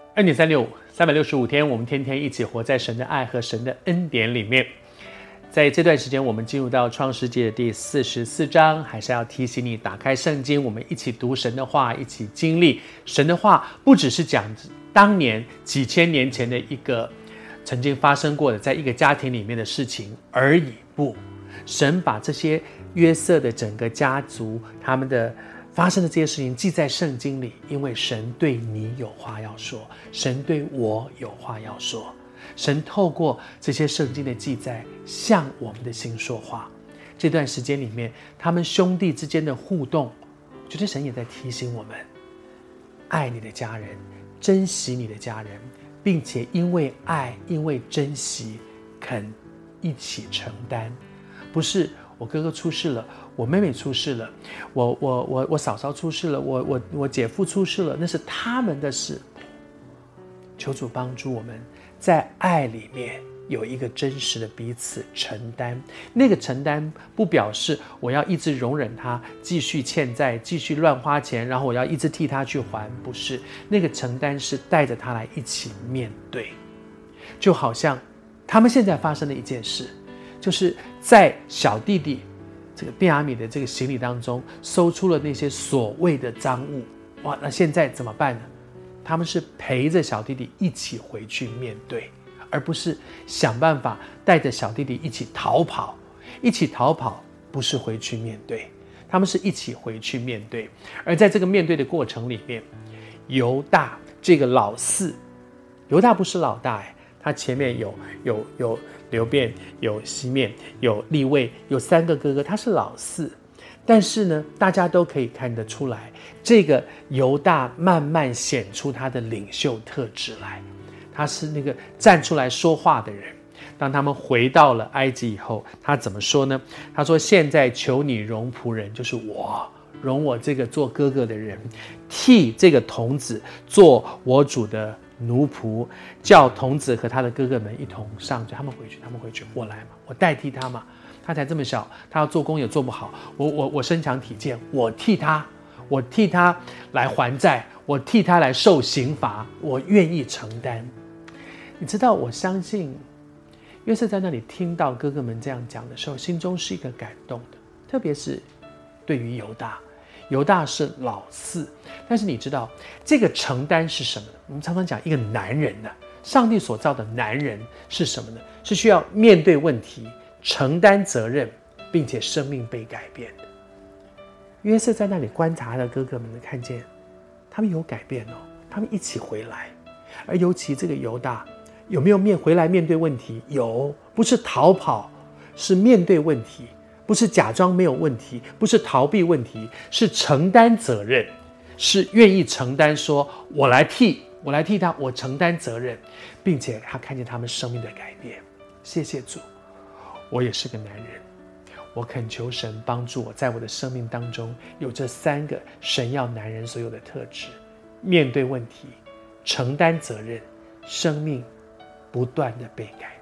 2.365，365天，我们天天一起活在神的爱和神的恩典里面。在这段时间，我们进入到创世纪的第44章，还是要提醒你打开圣经，我们一起读神的话，一起经历神的话。不只是讲当年几千年前的一个曾经发生过的在一个家庭里面的事情而已，不，神把这些约瑟的整个家族他们的发生的这些事情记在圣经里，因为神对你有话要说，神对我有话要说。神透过这些圣经的记载向我们的心说话。这段时间里面他们兄弟之间的互动，我觉得神也在提醒我们，爱你的家人，珍惜你的家人，并且因为爱，因为珍惜，肯一起承担。不是我哥哥出事了，我妹妹出事了，我嫂嫂出事了，我姐夫出事了，那是他们的事。求主帮助我们在爱里面有一个真实的彼此承担。那个承担不表示我要一直容忍他继续欠债，继续乱花钱，然后我要一直替他去还，不是。那个承担是带着他来一起面对。就好像他们现在发生的一件事，就是在小弟弟这个便雅悯的这个行李当中搜出了那些所谓的赃物。哇，那现在怎么办呢？他们是陪着小弟弟一起回去面对，而不是想办法带着小弟弟一起逃跑。一起逃跑不是回去面对，他们是一起回去面对。而在这个面对的过程里面，犹大这个老四，犹大不是老大，他前面有流便，有西面，有利未，有3个哥哥，他是老四。但是呢，大家都可以看得出来，这个犹大慢慢显出他的领袖特质来。他是那个站出来说话的人。当他们回到了埃及以后，他怎么说呢？他说：现在求你容仆人，就是我，容我这个做哥哥的人，替这个童子做我主的奴仆，叫童子和他的哥哥们一同上去。他们回去，我来嘛，我代替他嘛。他才这么小，他要做工也做不好，我身强体健，我替他来还债，我替他来受刑罚，我愿意承担。你知道，我相信约瑟在那里听到哥哥们这样讲的时候，心中是一个感动的。特别是对于犹大是老四，但是你知道这个承担是什么呢？我们常常讲一个男人呢，上帝所造的男人是什么呢？是需要面对问题，承担责任，并且生命被改变的。约瑟在那里观察的哥哥们，看见他们有改变哦，他们一起回来。而尤其这个犹大有没有回来面对问题？有，不是逃跑，是面对问题，不是假装没有问题，不是逃避问题，是承担责任，是愿意承担，说我来替他，我承担责任，并且他看见他们生命的改变。谢谢主，我也是个男人，我恳求神帮助我，在我的生命当中有这3个神要男人所有的特质：面对问题，承担责任，生命不断的被改变。